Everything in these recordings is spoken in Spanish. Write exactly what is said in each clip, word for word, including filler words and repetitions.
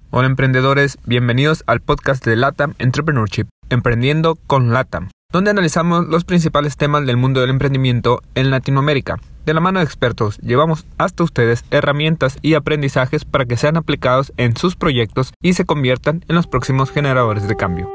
Hola emprendedores, bienvenidos al podcast de LATAM Entrepreneurship, Emprendiendo con LATAM, donde analizamos los principales temas del mundo del emprendimiento en Latinoamérica. De la mano de expertos, llevamos hasta ustedes herramientas y aprendizajes para que sean aplicados en sus proyectos y se conviertan en los próximos generadores de cambio.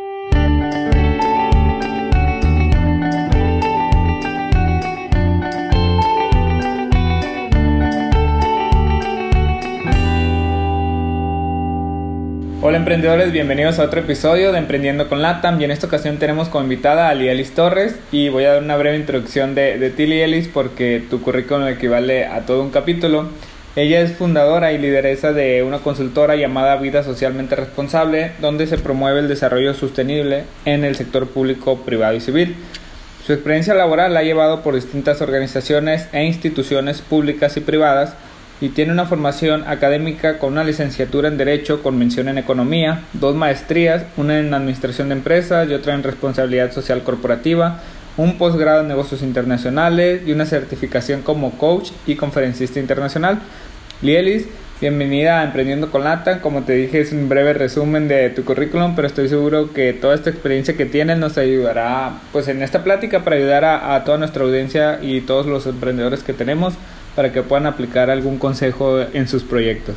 Hola emprendedores, bienvenidos a otro episodio de Emprendiendo con LATAM, y en esta ocasión tenemos como invitada a Lielis Torres, y voy a dar una breve introducción de, de ti, Lielis, porque tu currículum equivale a todo un capítulo. Ella es fundadora y lideresa de una consultora llamada Vida Socialmente Responsable, donde se promueve el desarrollo sostenible en el sector público, privado y civil. Su experiencia laboral la ha llevado por distintas organizaciones e instituciones públicas y privadas, y tiene una formación académica con una licenciatura en Derecho con mención en Economía, dos maestrías, una en Administración de Empresas y otra en Responsabilidad Social Corporativa, un posgrado en Negocios Internacionales y una certificación como coach y conferencista internacional. Lielis, bienvenida a Emprendiendo con LATAM. Como te dije, es un breve resumen de tu currículum, pero estoy seguro que toda esta experiencia que tienes nos ayudará pues en esta plática para ayudar a, a toda nuestra audiencia y todos los emprendedores que tenemos, para que puedan aplicar algún consejo en sus proyectos.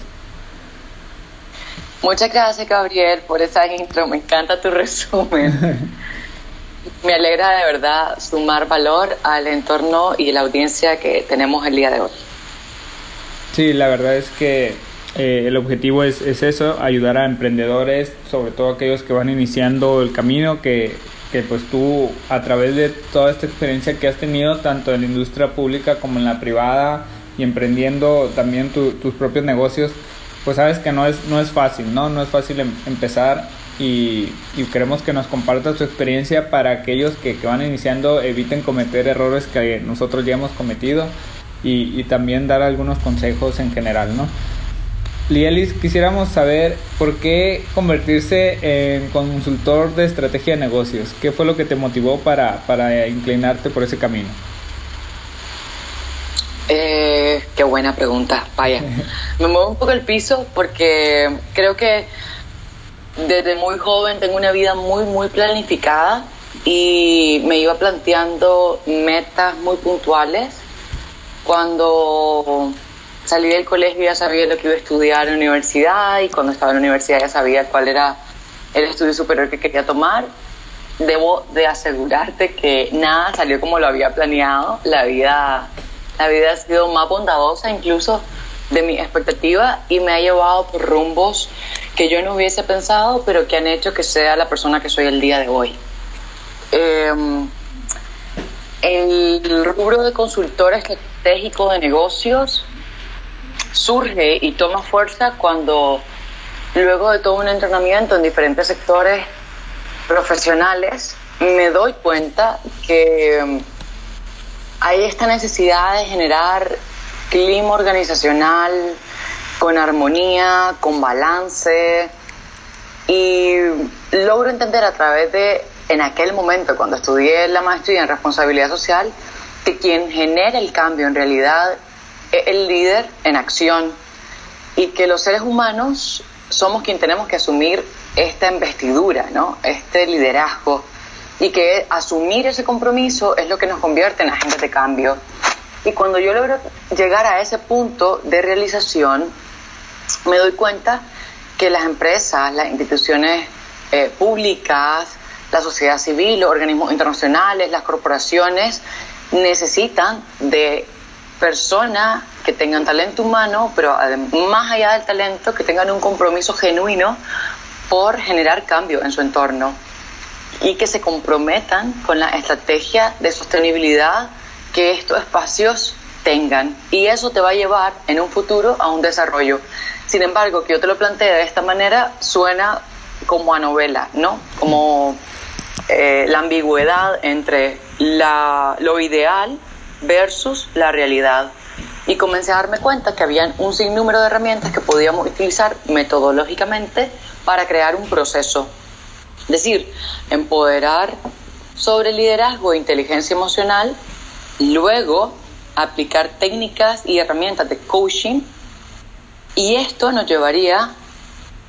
Muchas gracias, Gabriel, por esa intro. Me encanta tu resumen. Me alegra de verdad sumar valor al entorno y la audiencia que tenemos el día de hoy. Sí, la verdad es que eh, el objetivo es, es eso, ayudar a emprendedores, sobre todo aquellos que van iniciando el camino, que que pues tú, a través de toda esta experiencia que has tenido tanto en la industria pública como en la privada y emprendiendo también tu, tus propios negocios, pues sabes que no es, no es fácil, ¿no? No es fácil em- empezar y, y queremos que nos compartas tu experiencia para aquellos que, que van iniciando eviten cometer errores que nosotros ya hemos cometido y, y también dar algunos consejos en general, ¿no? Lielis, quisiéramos saber por qué convertirse en consultor de estrategia de negocios. ¿Qué fue lo que te motivó para, para inclinarte por ese camino? Eh, qué buena pregunta, vaya. Me muevo un poco el piso porque creo que desde muy joven tengo una vida muy, muy planificada y me iba planteando metas muy puntuales. Cuando salí del colegio ya sabía lo que iba a estudiar en la universidad, y cuando estaba en la universidad ya sabía cuál era el estudio superior que quería tomar. Debo de asegurarte que nada salió como lo había planeado. La vida, la vida ha sido más bondadosa incluso de mi expectativa y me ha llevado por rumbos que yo no hubiese pensado, pero que han hecho que sea la persona que soy el día de hoy. Eh, el rubro de consultor estratégico de negocios surge y toma fuerza cuando, luego de todo un entrenamiento en diferentes sectores profesionales, me doy cuenta que hay esta necesidad de generar clima organizacional con armonía, con balance, y logro entender a través de, en aquel momento cuando estudié la maestría en responsabilidad social, que quien genera el cambio en realidad el líder en acción, y que los seres humanos somos quienes tenemos que asumir esta investidura, ¿no? Este liderazgo, y que asumir ese compromiso es lo que nos convierte en agentes de cambio. Y cuando yo logro llegar a ese punto de realización, me doy cuenta que las empresas, las instituciones eh, públicas, la sociedad civil, los organismos internacionales, las corporaciones necesitan de personas que tengan talento humano, pero más allá del talento, que tengan un compromiso genuino por generar cambio en su entorno y que se comprometan con la estrategia de sostenibilidad que estos espacios tengan, y eso te va a llevar en un futuro a un desarrollo. Sin embargo, que yo te lo plantee de esta manera suena como a novela, ¿no? Como eh, la ambigüedad entre la, lo ideal versus la realidad, y comencé a darme cuenta que habían un sinnúmero de herramientas que podíamos utilizar metodológicamente para crear un proceso. Es decir, empoderar sobre liderazgo e inteligencia emocional, luego aplicar técnicas y herramientas de coaching, y esto nos llevaría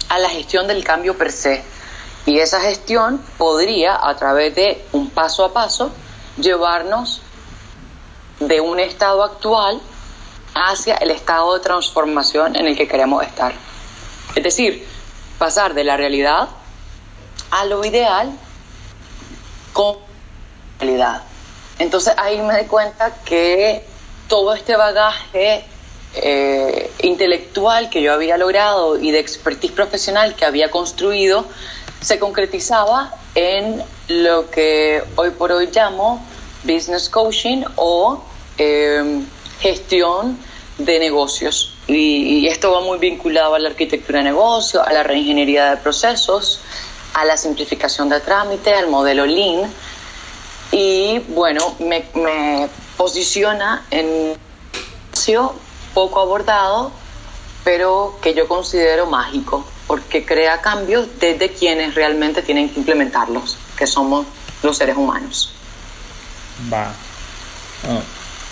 a la gestión del cambio per se. Y esa gestión podría, a través de un paso a paso, llevarnos de un estado actual hacia el estado de transformación en el que queremos estar. Es decir, pasar de la realidad a lo ideal con realidad. Entonces ahí me di cuenta que todo este bagaje eh, intelectual que yo había logrado y de expertise profesional que había construido se concretizaba en lo que hoy por hoy llamo business coaching o eh, gestión de negocios. Y, y esto va muy vinculado a la arquitectura de negocios, a la reingeniería de procesos, a la simplificación de trámites, al modelo Lean. Y bueno, me, me posiciona en un negocio poco abordado, pero que yo considero mágico, porque crea cambios desde quienes realmente tienen que implementarlos, que somos los seres humanos. Va. Oh.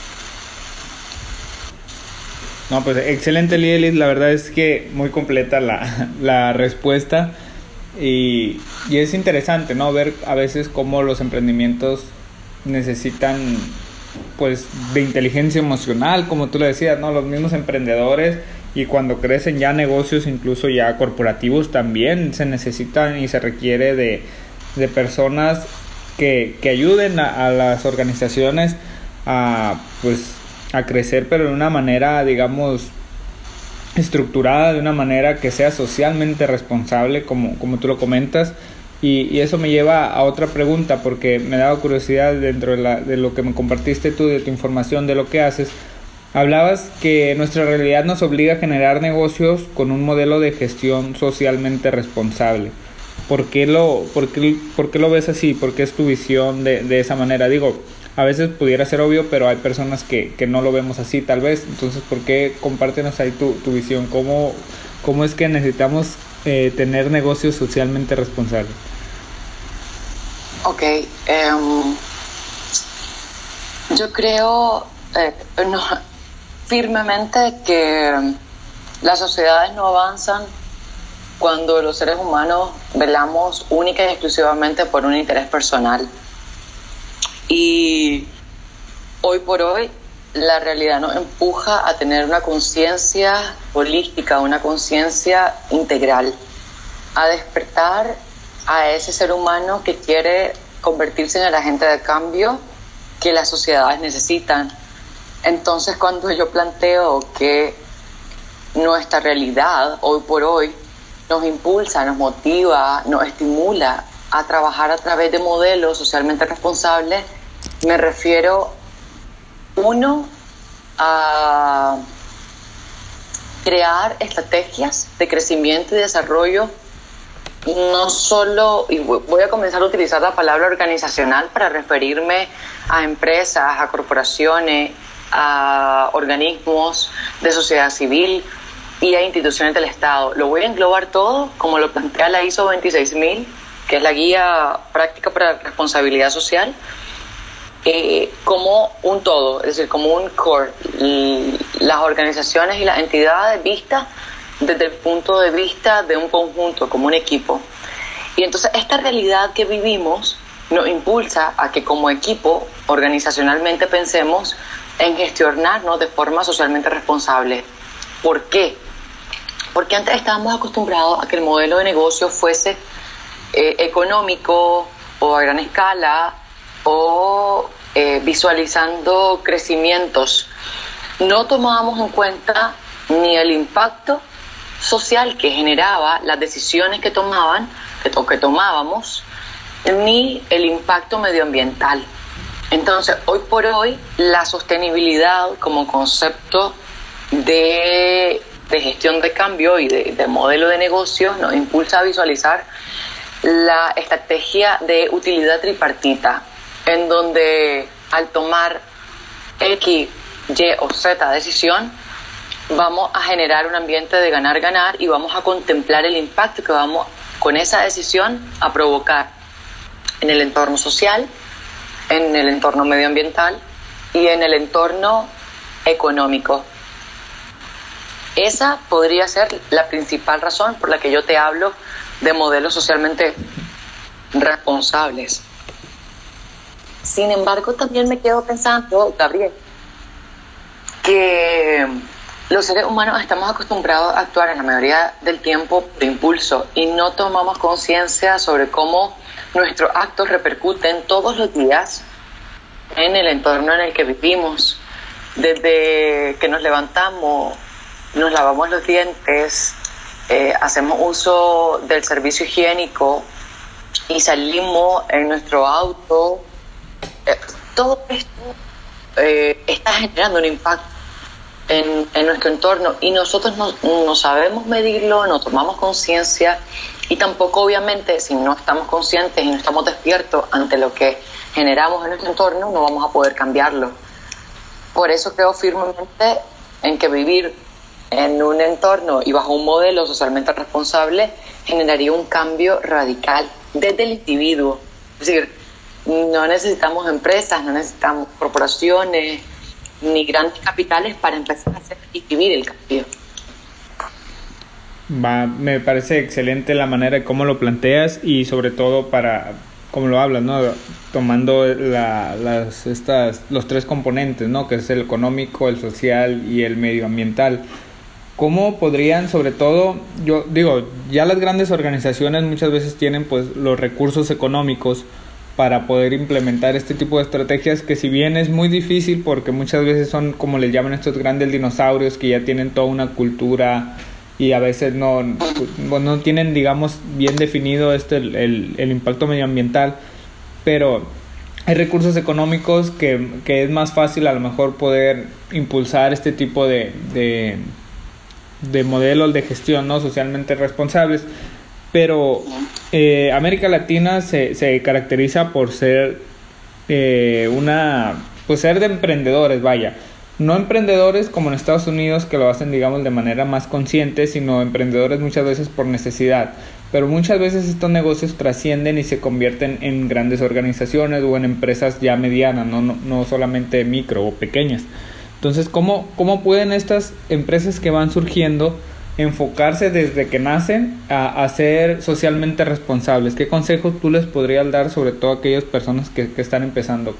No, pues excelente, Lielis. La verdad es que muy completa la, la respuesta. Y, y es interesante, ¿no? Ver a veces cómo los emprendimientos necesitan, pues, de inteligencia emocional, como tú le decías, ¿no? Los mismos emprendedores, y cuando crecen ya negocios, incluso ya corporativos, también se necesitan y se requiere de, de personas que, que ayuden a, a las organizaciones a, pues, a crecer, pero de una manera, digamos, estructurada, de una manera que sea socialmente responsable, como, como tú lo comentas. Y, y eso me lleva a otra pregunta, porque me daba curiosidad dentro de, la, de lo que me compartiste tú, de tu información, de lo que haces. Hablabas que nuestra realidad nos obliga a generar negocios con un modelo de gestión socialmente responsable. ¿Por qué lo, por qué, por qué lo ves así? ¿Por qué es tu visión de, de esa manera? Digo, a veces pudiera ser obvio, pero hay personas que, que no lo vemos así tal vez. Entonces, ¿por qué? Compártenos ahí tu, tu visión. ¿Cómo, cómo es que necesitamos eh, tener negocios socialmente responsables? Ok. Um, yo creo eh, no, firmemente que las sociedades no avanzan cuando los seres humanos velamos única y exclusivamente por un interés personal. Y hoy por hoy la realidad nos empuja a tener una conciencia holística, una conciencia integral, a despertar a ese ser humano que quiere convertirse en el agente de cambio que las sociedades necesitan. Entonces, cuando yo planteo que nuestra realidad hoy por hoy nos impulsa, nos motiva, nos estimula a trabajar a través de modelos socialmente responsables, me refiero, uno, a crear estrategias de crecimiento y desarrollo, no solo, y voy a comenzar a utilizar la palabra organizacional para referirme a empresas, a corporaciones, a organismos de sociedad civil y a instituciones del Estado. Lo voy a englobar todo, como lo plantea la I S O veintiséis mil, que es la guía práctica para la responsabilidad social, eh, como un todo, es decir, como un core. Y las organizaciones y las entidades vistas desde el punto de vista de un conjunto, como un equipo. Y entonces esta realidad que vivimos nos impulsa a que como equipo organizacionalmente pensemos en gestionarnos de forma socialmente responsable. ¿Por qué? Porque antes estábamos acostumbrados a que el modelo de negocio fuese eh, económico o a gran escala o eh, visualizando crecimientos. No tomábamos en cuenta ni el impacto social que generaba las decisiones que tomaban, que, to- que tomábamos, ni el impacto medioambiental. Entonces, hoy por hoy, la sostenibilidad como concepto de, de gestión de cambio y de, de modelo de negocio nos impulsa a visualizar la estrategia de utilidad tripartita, en donde al tomar X, Y o Z decisión, vamos a generar un ambiente de ganar-ganar y vamos a contemplar el impacto que vamos con esa decisión a provocar en el entorno social, en el entorno medioambiental y en el entorno económico. esa podría ser la principal razón por la que yo te hablo de modelos socialmente responsables. Sin embargo, también me quedo pensando, Gabriel, que los seres humanos estamos acostumbrados a actuar en la mayoría del tiempo por impulso y no tomamos conciencia sobre cómo nuestros actos repercuten todos los días en el entorno en el que vivimos. Desde que nos levantamos, nos lavamos los dientes, eh, hacemos uso del servicio higiénico y salimos en nuestro auto. Eh, todo esto eh, está generando un impacto en, en nuestro entorno y nosotros no, no sabemos medirlo, no tomamos conciencia y tampoco, obviamente, si no estamos conscientes y no estamos despiertos ante lo que generamos en nuestro entorno, no vamos a poder cambiarlo. Por eso creo firmemente en que vivir en un entorno y bajo un modelo socialmente responsable generaría un cambio radical desde el individuo. Es decir, no necesitamos empresas, no necesitamos corporaciones ni grandes capitales para empezar a hacer y vivir el cambio. Va, me parece excelente la manera de cómo lo planteas y sobre todo para, como lo hablas, ¿no? Tomando la, las, estas, los tres componentes, ¿no? Que es el económico, el social y el medioambiental. ¿Cómo podrían, sobre todo, yo digo, ya las grandes organizaciones muchas veces tienen pues los recursos económicos para poder implementar este tipo de estrategias que si bien es muy difícil porque muchas veces son como les llaman estos grandes dinosaurios que ya tienen toda una cultura y a veces no, no tienen, digamos, bien definido este el, el, el impacto medioambiental, pero hay recursos económicos que, que es más fácil a lo mejor poder impulsar este tipo de, de, de modelos de gestión, ¿no? Socialmente responsables. Pero eh, América Latina se, se caracteriza por ser eh, una, pues ser de emprendedores, vaya, no emprendedores como en Estados Unidos que lo hacen, digamos, de manera más consciente, sino emprendedores muchas veces por necesidad. Pero muchas veces estos negocios trascienden y se convierten en grandes organizaciones o en empresas ya medianas, no, no, no solamente micro o pequeñas. Entonces, ¿cómo, cómo pueden estas empresas que van surgiendo enfocarse desde que nacen a, a ser socialmente responsables? ¿Qué consejos tú les podrías dar sobre todo a aquellas personas que, que están empezando?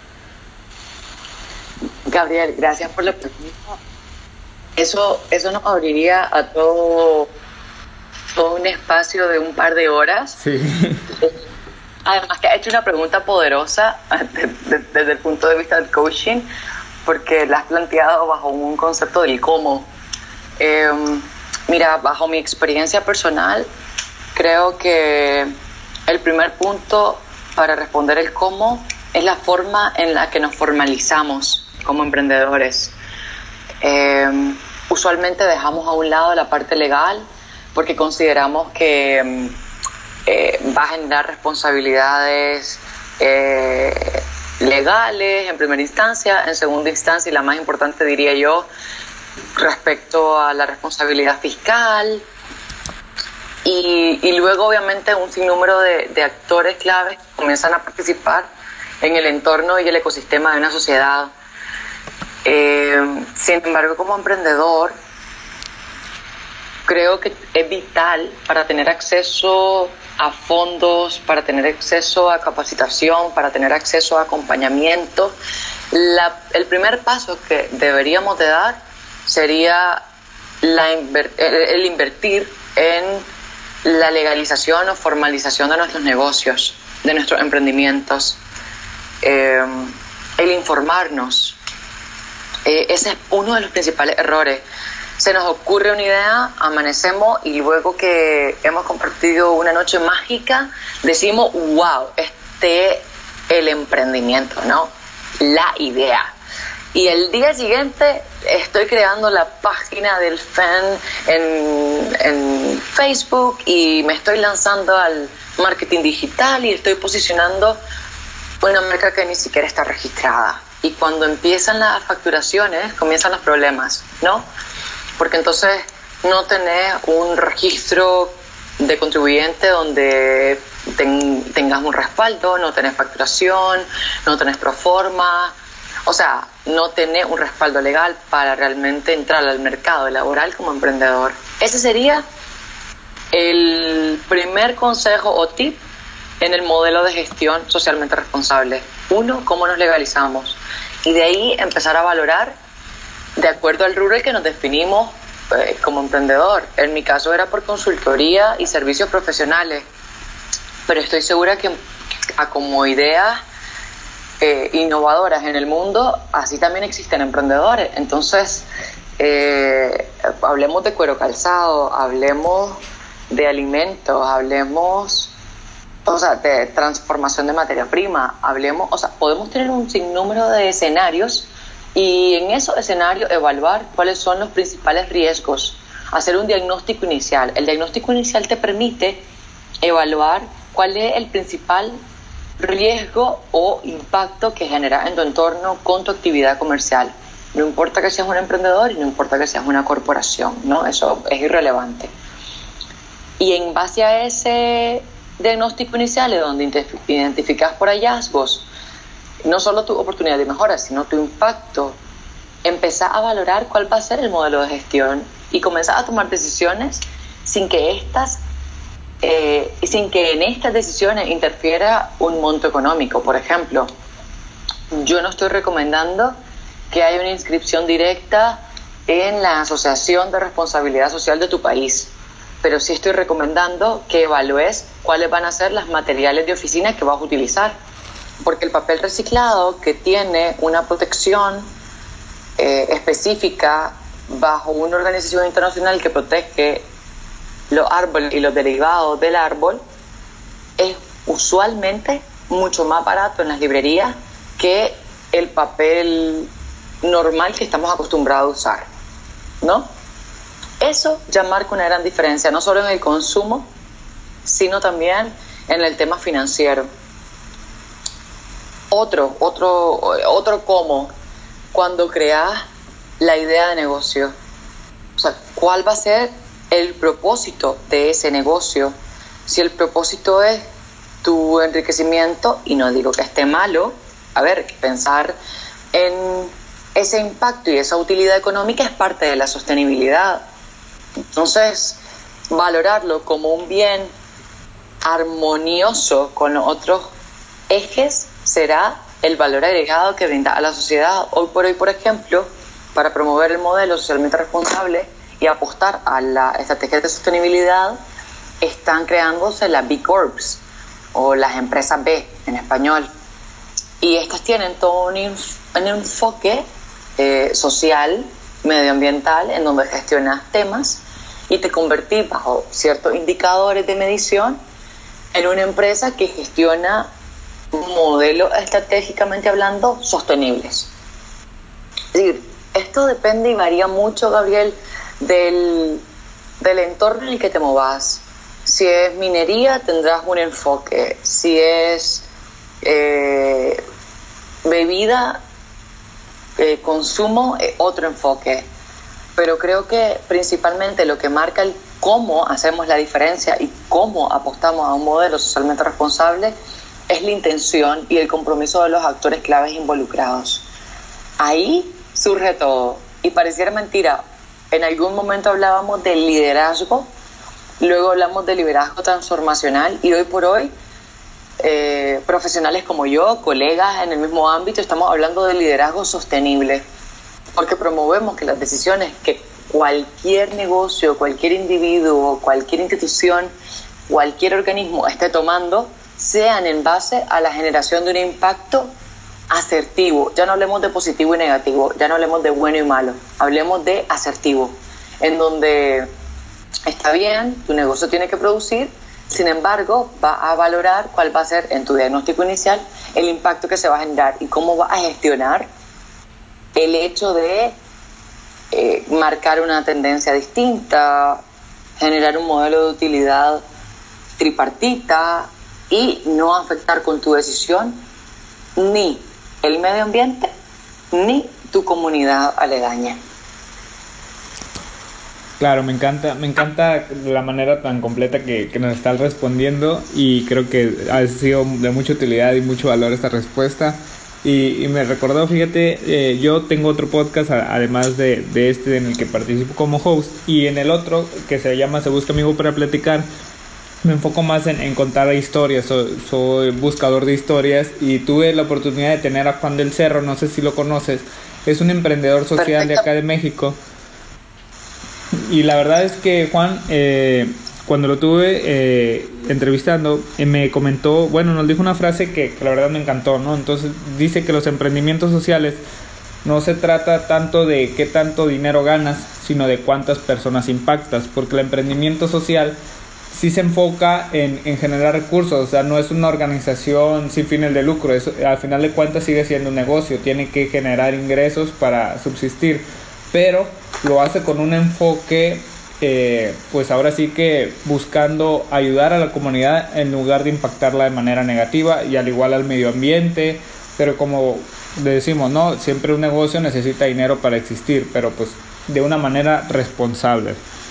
Gabriel, gracias por la pregunta. Eso, eso nos abriría a todo, todo un espacio de un par de horas. Sí. Además que ha hecho una pregunta poderosa desde, desde el punto de vista del coaching, porque la has planteado bajo un concepto del cómo. Eh, Mira, bajo mi experiencia personal, creo que el primer punto para responder el cómo es la forma en la que nos formalizamos como emprendedores. Eh, usualmente dejamos a un lado la parte legal porque consideramos que eh, va a generar responsabilidades eh, legales en primera instancia, en segunda instancia y la más importante diría yo, respecto a la responsabilidad fiscal y, y luego obviamente un sinnúmero de, de actores claves comienzan a participar en el entorno y el ecosistema de una sociedad. Eh, sin embargo, como emprendedor creo que es vital para tener acceso a fondos, para tener acceso a capacitación, para tener acceso a acompañamiento. La, el primer paso que deberíamos de dar sería la inver- el invertir en la legalización o formalización de nuestros negocios, de nuestros emprendimientos, eh, el informarnos. Eh, ese es uno de los principales errores. Se nos ocurre una idea, amanecemos y luego que hemos compartido una noche mágica, decimos, wow, este es el emprendimiento, ¿no? La idea. Y el día siguiente estoy creando la página del F E N en, en Facebook y me estoy lanzando al marketing digital y estoy posicionando una marca que ni siquiera está registrada. Y cuando empiezan las facturaciones, comienzan los problemas, ¿no? Porque entonces no tenés un registro de contribuyente donde ten, tengas un respaldo, no tenés facturación, no tenés proforma. O sea, no tener un respaldo legal para realmente entrar al mercado laboral como emprendedor. Ese sería el primer consejo o tip en el modelo de gestión socialmente responsable. Uno, cómo nos legalizamos. Y de ahí empezar a valorar de acuerdo al rubro que nos definimos eh, como emprendedor. En mi caso era por consultoría y servicios profesionales, pero estoy segura que a como ideas eh, innovadoras en el mundo, así también existen emprendedores. Entonces, eh, hablemos de cuero calzado, hablemos de alimentos, hablemos, o sea, de transformación de materia prima, hablemos, o sea, podemos tener un sinnúmero de escenarios y en esos escenarios evaluar cuáles son los principales riesgos, hacer un diagnóstico inicial. El diagnóstico inicial te permite evaluar cuál es el principal riesgo o impacto que genera en tu entorno con tu actividad comercial. No importa que seas un emprendedor y no importa que seas una corporación, ¿no? Eso es irrelevante. Y en base a ese diagnóstico inicial, es donde identificas por hallazgos no solo tu oportunidad de mejora, sino tu impacto, empezás a valorar cuál va a ser el modelo de gestión y comenzás a tomar decisiones sin que estas eh, sin que en estas decisiones interfiera un monto económico. Por ejemplo, yo no estoy recomendando que haya una inscripción directa en la Asociación de Responsabilidad Social de tu país, pero sí estoy recomendando que evalúes cuáles van a ser los materiales de oficina que vas a utilizar, porque el papel reciclado, que tiene una protección eh, específica bajo una organización internacional que protege los árboles y los derivados del árbol, es usualmente mucho más barato en las librerías que el papel normal que estamos acostumbrados a usar, ¿no? Eso ya marca una gran diferencia, no solo en el consumo, sino también en el tema financiero. Otro, otro, otro cómo, cuando creas la idea de negocio. O sea, ¿cuál va a ser el propósito de ese negocio? Si el propósito es tu enriquecimiento, y no digo que esté malo, a ver, pensar en ese impacto y esa utilidad económica es parte de la sostenibilidad. Entonces, valorarlo como un bien armonioso con los otros ejes será el valor agregado que brinda a la sociedad. Hoy por hoy, por ejemplo, para promover el modelo socialmente responsable y apostar a la estrategia de sostenibilidad, están creándose las B Corps o las empresas B en español, y estas tienen todo un, inf- un enfoque eh, social, medioambiental, en donde gestionas temas y te convertís bajo ciertos indicadores de medición en una empresa que gestiona modelos estratégicamente hablando sostenibles. Es decir, esto depende y varía mucho, Gabriel, del, del entorno en el que te movas. Si es minería, tendrás un enfoque. Si es eh, bebida, eh, consumo, eh, otro enfoque. Pero creo que principalmente lo que marca el cómo hacemos la diferencia y cómo apostamos a un modelo socialmente responsable es la intención y el compromiso de los actores claves involucrados. Ahí surge todo. Y pareciera mentira, en algún momento hablábamos del liderazgo, luego hablamos de liderazgo transformacional, y hoy por hoy eh, profesionales como yo, colegas en el mismo ámbito, estamos hablando de liderazgo sostenible, porque promovemos que las decisiones que cualquier negocio, cualquier individuo, cualquier institución, cualquier organismo esté tomando sean en base a la generación de un impacto asertivo. Ya no hablemos de positivo y negativo, ya no hablemos de bueno y malo, hablemos de asertivo, en donde está bien, tu negocio tiene que producir, sin embargo, va a valorar cuál va a ser en tu diagnóstico inicial el impacto que se va a generar y cómo va a gestionar el hecho de eh, marcar una tendencia distinta, generar un modelo de utilidad tripartita y no afectar con tu decisión ni el medio ambiente ni tu comunidad aledaña. Claro, me encanta, me encanta la manera tan completa que, que nos estás respondiendo, y creo que ha sido de mucha utilidad y mucho valor esta respuesta. Y, y me recordó, fíjate, eh, yo tengo otro podcast a, además de, de este en el que participo como host, y en el otro que se llama Se Busca Amigo para Platicar, me enfoco más en, en contar historias. Soy, soy buscador de historias y tuve la oportunidad de tener a Juan del Cerro, no sé si lo conoces, es un emprendedor social Perfecto. de acá de México. Y la verdad es que Juan, eh, cuando lo tuve eh, entrevistando, eh, me comentó, bueno, nos dijo una frase que, que la verdad me encantó, ¿no? Entonces dice que los emprendimientos sociales no se trata tanto de qué tanto dinero ganas, sino de cuántas personas impactas, porque el emprendimiento social sí se enfoca en, en generar recursos, o sea, no es una organización sin fines de lucro, es, al final de cuentas sigue siendo un negocio, tiene que generar ingresos para subsistir, pero lo hace con un enfoque, eh, pues ahora sí que buscando ayudar a la comunidad en lugar de impactarla de manera negativa, y al igual al medio ambiente. Pero como decimos, no, siempre un negocio necesita dinero para existir, pero pues de una manera responsable.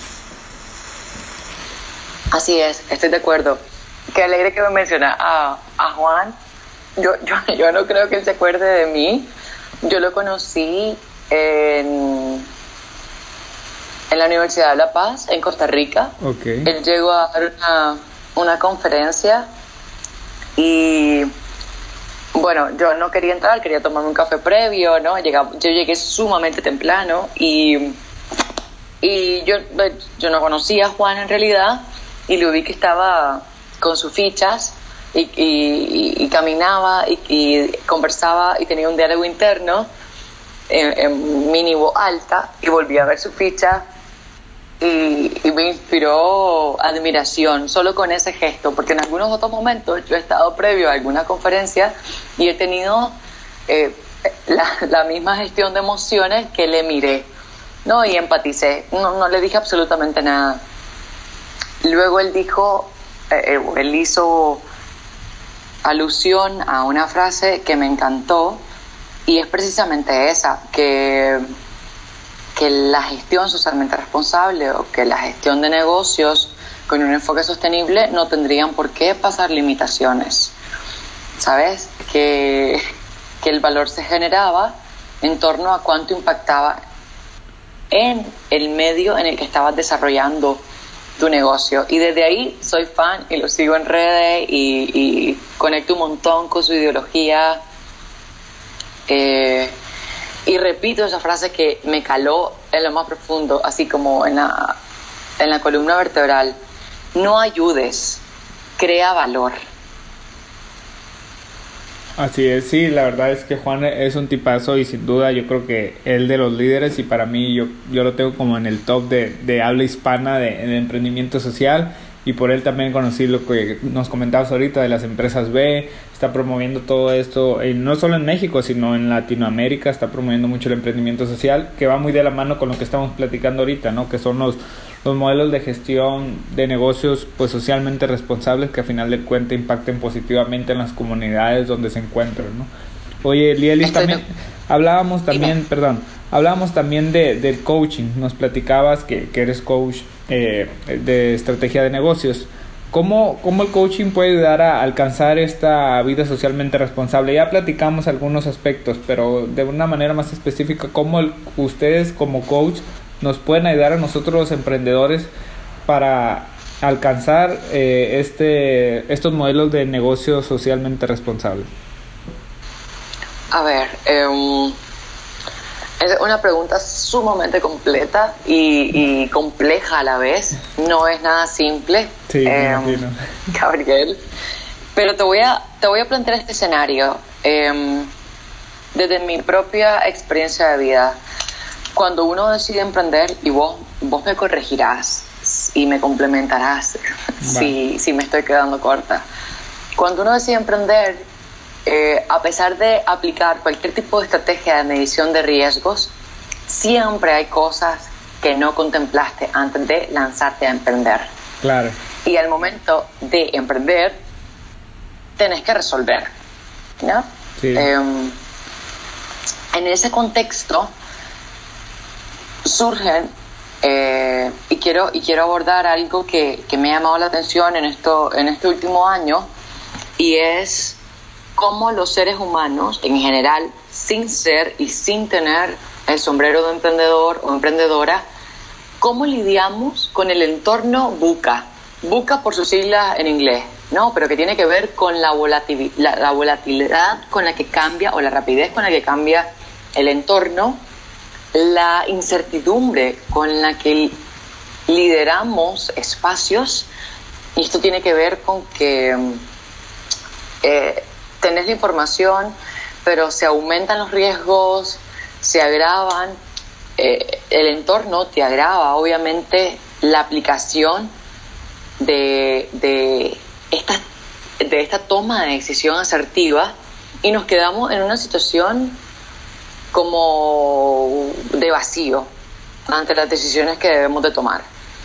Así es, estoy de acuerdo. Qué alegre que me menciona a, a Juan. Yo, yo, yo no creo que él se acuerde de mí. Yo lo conocí en, en la Universidad de La Paz, en Costa Rica. Okay. Él llegó a dar una, una conferencia y, bueno, yo no quería entrar, quería tomarme un café previo, ¿no? Llegaba, yo llegué sumamente temprano y, y yo, yo no conocía a Juan en realidad, y lo vi que estaba con sus fichas y, y, y, y caminaba y, y conversaba y tenía un diálogo interno en, en mini voz alta, y volví a ver su ficha y, y me inspiró admiración solo con ese gesto, porque en algunos otros momentos yo he estado previo a alguna conferencia y he tenido eh, la, la misma gestión de emociones que le miré, ¿no? Y empaticé, no, no le dije absolutamente nada. Luego él dijo, eh, él hizo alusión a una frase que me encantó, y es precisamente esa, que, que la gestión socialmente responsable o que la gestión de negocios con un enfoque sostenible no tendrían por qué pasar limitaciones, ¿sabes? Que, que el valor se generaba en torno a cuánto impactaba en el medio en el que estabas desarrollando tu negocio. Y desde ahí soy fan y lo sigo en redes y, y conecto un montón con su ideología, eh, y repito esa frase que me caló en lo más profundo, así como en la, en la columna vertebral: no ayudes, crea valor. Así es, sí, la verdad es que Juan es un tipazo, y sin duda yo creo que él de los líderes, y para mí yo, yo lo tengo como en el top de, de habla hispana de, de emprendimiento social, y por él también conocí lo que nos comentabas ahorita de las empresas B. Está promoviendo todo esto, eh, no solo en México, sino en Latinoamérica. Está promoviendo mucho el emprendimiento social, que va muy de la mano con lo que estamos platicando ahorita, ¿no? Que son los, los modelos de gestión de negocios pues socialmente responsables, que a final de cuentas impacten positivamente en las comunidades donde se encuentran, ¿no? Oye, Lielis, también hablábamos también, Dime. perdón, hablábamos también de, del coaching. Nos platicabas que, que eres coach eh, de estrategia de negocios. ¿Cómo, ¿Cómo el coaching puede ayudar a alcanzar esta vida socialmente responsable? Ya platicamos algunos aspectos, pero de una manera más específica, ¿cómo el, ustedes como coach nos pueden ayudar a nosotros los emprendedores para alcanzar eh, este estos modelos de negocios socialmente responsables? A ver, eh, es una pregunta sumamente completa y, y compleja a la vez. No es nada simple, sí, eh, me imagino. Gabriel. Pero te voy a, te voy a plantear este escenario eh, desde mi propia experiencia de vida. Cuando uno decide emprender, y vos, vos me corregirás y me complementarás si, si me estoy quedando corta. Cuando uno decide emprender, Eh, a pesar de aplicar cualquier tipo de estrategia de medición de riesgos, siempre hay cosas que no contemplaste antes de lanzarte a emprender. Claro. Y al momento de emprender, tenés que resolver, ¿no? Sí. Eh, en ese contexto surgen, eh, y quiero y quiero abordar algo que, que me ha llamado la atención en esto en este último año, y es cómo los seres humanos, en general, sin ser y sin tener el sombrero de emprendedor o emprendedora, cómo lidiamos con el entorno VUCA. VUCA por sus siglas en inglés, ¿no? Pero que tiene que ver con la volatilidad, la, la volatilidad con la que cambia, o la rapidez con la que cambia el entorno, la incertidumbre con la que lideramos espacios. Y esto tiene que ver con que eh, tenés la información, pero se aumentan los riesgos, se agravan, eh, el entorno te agrava, obviamente, la aplicación de, de, esta, de esta toma de decisión asertiva, y nos quedamos en una situación como de vacío ante las decisiones que debemos de tomar.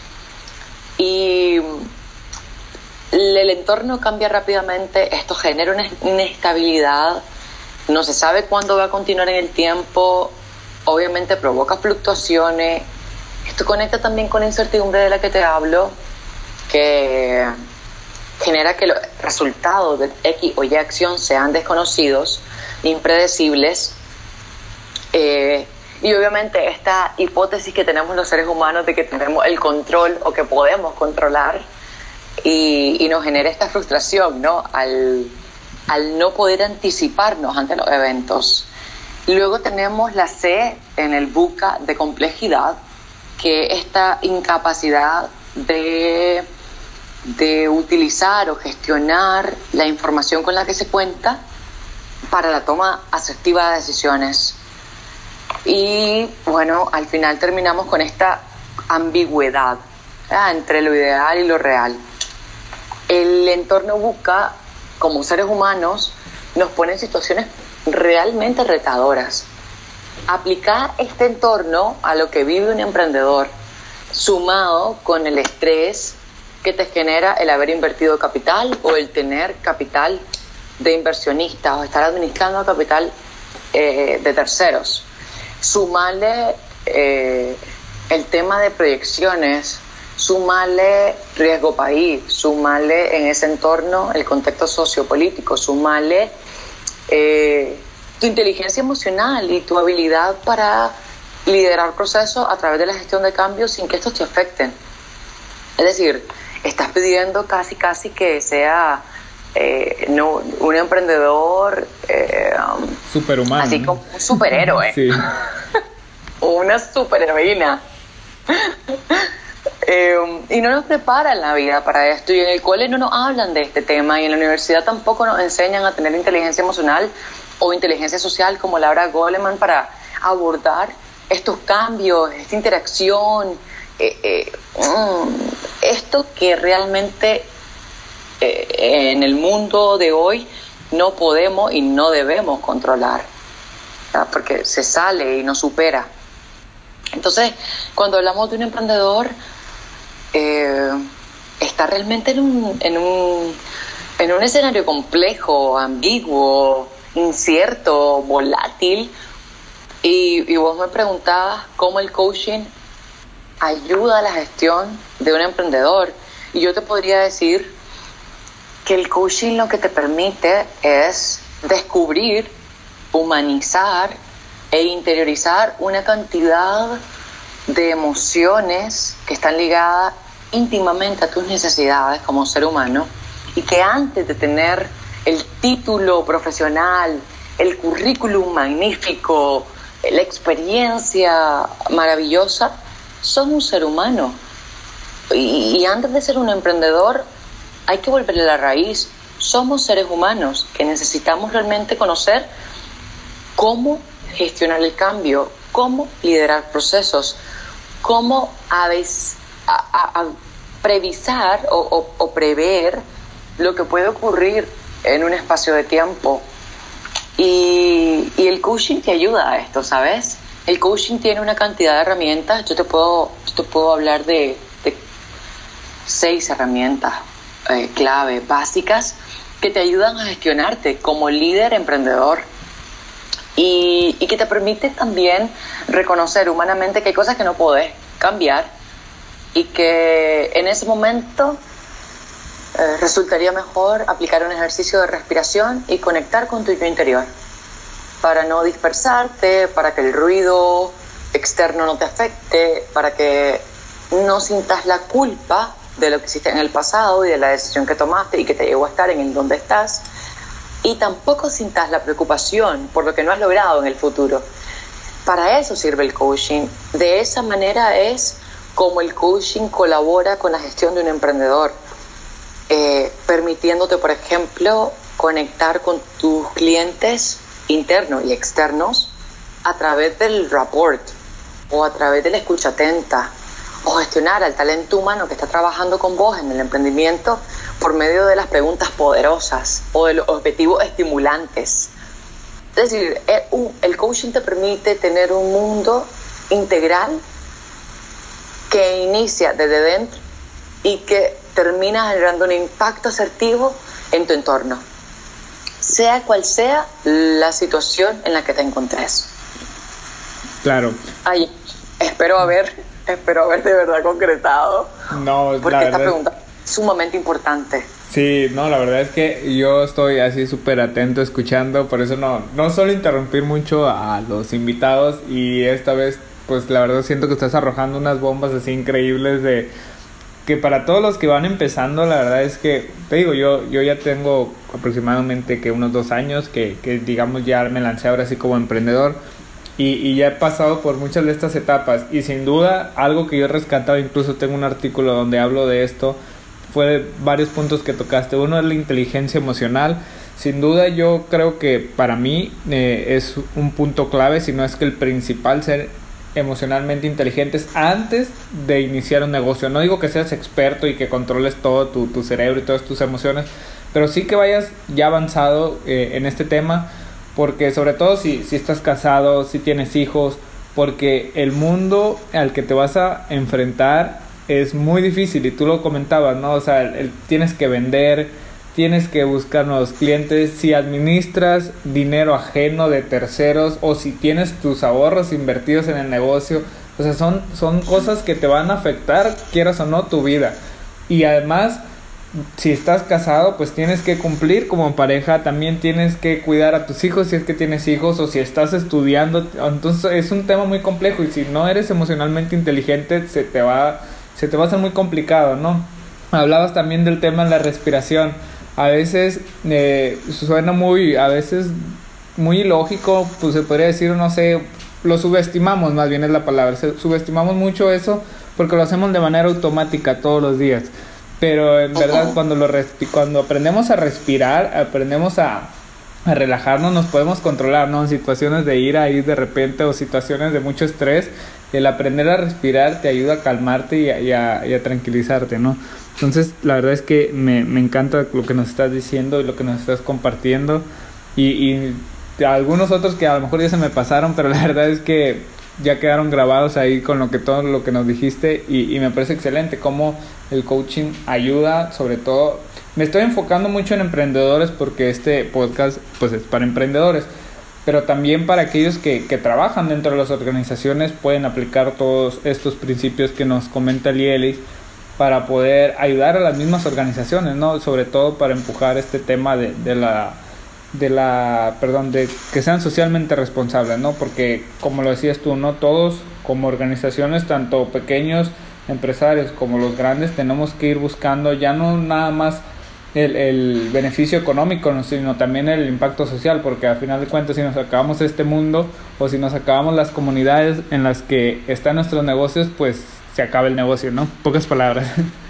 Y el entorno cambia rápidamente, esto genera una inestabilidad, no se sabe cuándo va a continuar en el tiempo, obviamente provoca fluctuaciones. Esto conecta también con la incertidumbre de la que te hablo, que genera que los resultados de X o Y acción sean desconocidos, impredecibles, eh, y obviamente esta hipótesis que tenemos los seres humanos de que tenemos el control o que podemos controlar, y, y nos genera esta frustración, ¿no? Al, al no poder anticiparnos ante los eventos. Luego tenemos la C en el VUCA de complejidad, que es esta incapacidad de, de utilizar o gestionar la información con la que se cuenta para la toma asertiva de decisiones. Y bueno, al final terminamos con esta ambigüedad, ¿verdad?, entre lo ideal y lo real. El entorno VUCA, como seres humanos, nos pone en situaciones realmente retadoras. Aplicar este entorno a lo que vive un emprendedor, sumado con el estrés que te genera el haber invertido capital o el tener capital de inversionistas o estar administrando capital eh, de terceros. Sumarle eh, el tema de proyecciones, sumarle riesgo país, sumarle en ese entorno el contexto sociopolítico, sumarle eh, tu inteligencia emocional y tu habilidad para liderar procesos a través de la gestión de cambios sin que estos te afecten. Es decir, estás pidiendo casi casi que sea eh, no, un emprendedor eh, um, superhumano, así como un superhéroe. Sí. Una superheroína. Eh, y no nos preparan la vida para esto, y en el cole no nos hablan de este tema, y en la universidad tampoco nos enseñan a tener inteligencia emocional o inteligencia social como Laura Goleman para abordar estos cambios, esta interacción, eh, eh, mm, esto que realmente eh, en el mundo de hoy no podemos y no debemos controlar, ¿verdad?, porque se sale y nos supera. Entonces, cuando hablamos de un emprendedor, eh, está realmente en un, en un, en un escenario complejo, ambiguo, incierto, volátil. Y, y vos me preguntabas cómo el coaching ayuda a la gestión de un emprendedor. Y yo te podría decir que el coaching lo que te permite es descubrir, humanizar e interiorizar una cantidad de emociones que están ligadas íntimamente a tus necesidades como ser humano, y que antes de tener el título profesional, el currículum magnífico, la experiencia maravillosa, son un ser humano. Y, y antes de ser un emprendedor hay que volverle a la raíz. Somos seres humanos que necesitamos realmente conocer cómo gestionar el cambio, cómo liderar procesos, cómo a veces, a, a, a previsar o, o, o prever lo que puede ocurrir en un espacio de tiempo. Y, y el coaching te ayuda a esto, ¿sabes? El coaching tiene una cantidad de herramientas. Yo te puedo, yo te puedo hablar de, de seis herramientas eh, clave, básicas, que te ayudan a gestionarte como líder emprendedor. Y, y que te permite también reconocer humanamente que hay cosas que no podés cambiar y que en ese momento eh, resultaría mejor aplicar un ejercicio de respiración y conectar con tu yo interior para no dispersarte, para que el ruido externo no te afecte, para que no sientas la culpa de lo que hiciste en el pasado y de la decisión que tomaste y que te llevó a estar en donde estás, y tampoco sientas la preocupación por lo que no has logrado en el futuro. Para eso sirve el coaching. De esa manera es como el coaching colabora con la gestión de un emprendedor, eh, permitiéndote, por ejemplo, conectar con tus clientes internos y externos a través del rapport o a través de la escucha atenta, o gestionar al talento humano que está trabajando con vos en el emprendimiento por medio de las preguntas poderosas o de los objetivos estimulantes. Es decir, el coaching te permite tener un mundo integral que inicia desde dentro y que termina generando un impacto asertivo en tu entorno, sea cual sea la situación en la que te encontres. Claro. Ay, espero haber... Espero haber de verdad concretado. No, porque la esta verdad pregunta es sumamente importante. Sí, no, la verdad es que yo estoy así súper atento escuchando, por eso no, no suelo interrumpir mucho a los invitados, y esta vez pues la verdad siento que estás arrojando unas bombas así increíbles de que para todos los que van empezando, la verdad es que, te digo, yo, yo ya tengo aproximadamente que unos dos años que, que digamos ya me lancé ahora así como emprendedor. Y, y ya he pasado por muchas de estas etapas, y sin duda algo que yo he rescatado, incluso tengo un artículo donde hablo de esto, fue varios puntos que tocaste. Uno es la inteligencia emocional. Sin duda yo creo que para mí eh, es un punto clave, si no es que el principal, ser emocionalmente inteligentes antes de iniciar un negocio. No digo que seas experto y que controles todo tu, tu cerebro y todas tus emociones, pero sí que vayas ya avanzado eh, en este tema. Porque sobre todo si, si estás casado, si tienes hijos, porque el mundo al que te vas a enfrentar es muy difícil, y tú lo comentabas, ¿no? O sea, el, el, tienes que vender, tienes que buscar nuevos clientes, si administras dinero ajeno de terceros, o si tienes tus ahorros invertidos en el negocio, o sea, son, son cosas que te van a afectar, quieras o no, tu vida. Y además, si estás casado, pues tienes que cumplir como pareja, también tienes que cuidar a tus hijos si es que tienes hijos, o si estás estudiando. Entonces es un tema muy complejo, y si no eres emocionalmente inteligente se te va, se te va a hacer muy complicado, ¿no? Hablabas también del tema de la respiración. A veces eh, suena muy, a veces muy ilógico, pues se podría decir, no sé, lo subestimamos, más bien es la palabra, subestimamos mucho eso porque lo hacemos de manera automática todos los días. Pero en verdad cuando lo respi- cuando aprendemos a respirar, aprendemos a, a relajarnos, nos podemos controlar, ¿no? En situaciones de ira ahí de repente, o situaciones de mucho estrés, el aprender a respirar te ayuda a calmarte y a, y a, y a tranquilizarte, ¿no? Entonces la verdad es que me, me encanta lo que nos estás diciendo y lo que nos estás compartiendo, y, y algunos otros que a lo mejor ya se me pasaron, pero la verdad es que ya quedaron grabados ahí con lo que todo lo que nos dijiste, y, y me parece excelente cómo el coaching ayuda. Sobre todo me estoy enfocando mucho en emprendedores porque este podcast pues es para emprendedores, pero también para aquellos que, que trabajan dentro de las organizaciones pueden aplicar todos estos principios que nos comenta Lielis para poder ayudar a las mismas organizaciones, ¿no? Sobre todo para empujar este tema de, de la de la, perdón, de que sean socialmente responsables, ¿no? Porque como lo decías tú, no todos como organizaciones, tanto pequeños empresarios como los grandes, tenemos que ir buscando ya no nada más el, el beneficio económico, sino también el impacto social, porque al final de cuentas si nos acabamos este mundo, o si nos acabamos las comunidades en las que están nuestros negocios, pues se acaba el negocio, ¿no? Pocas palabras.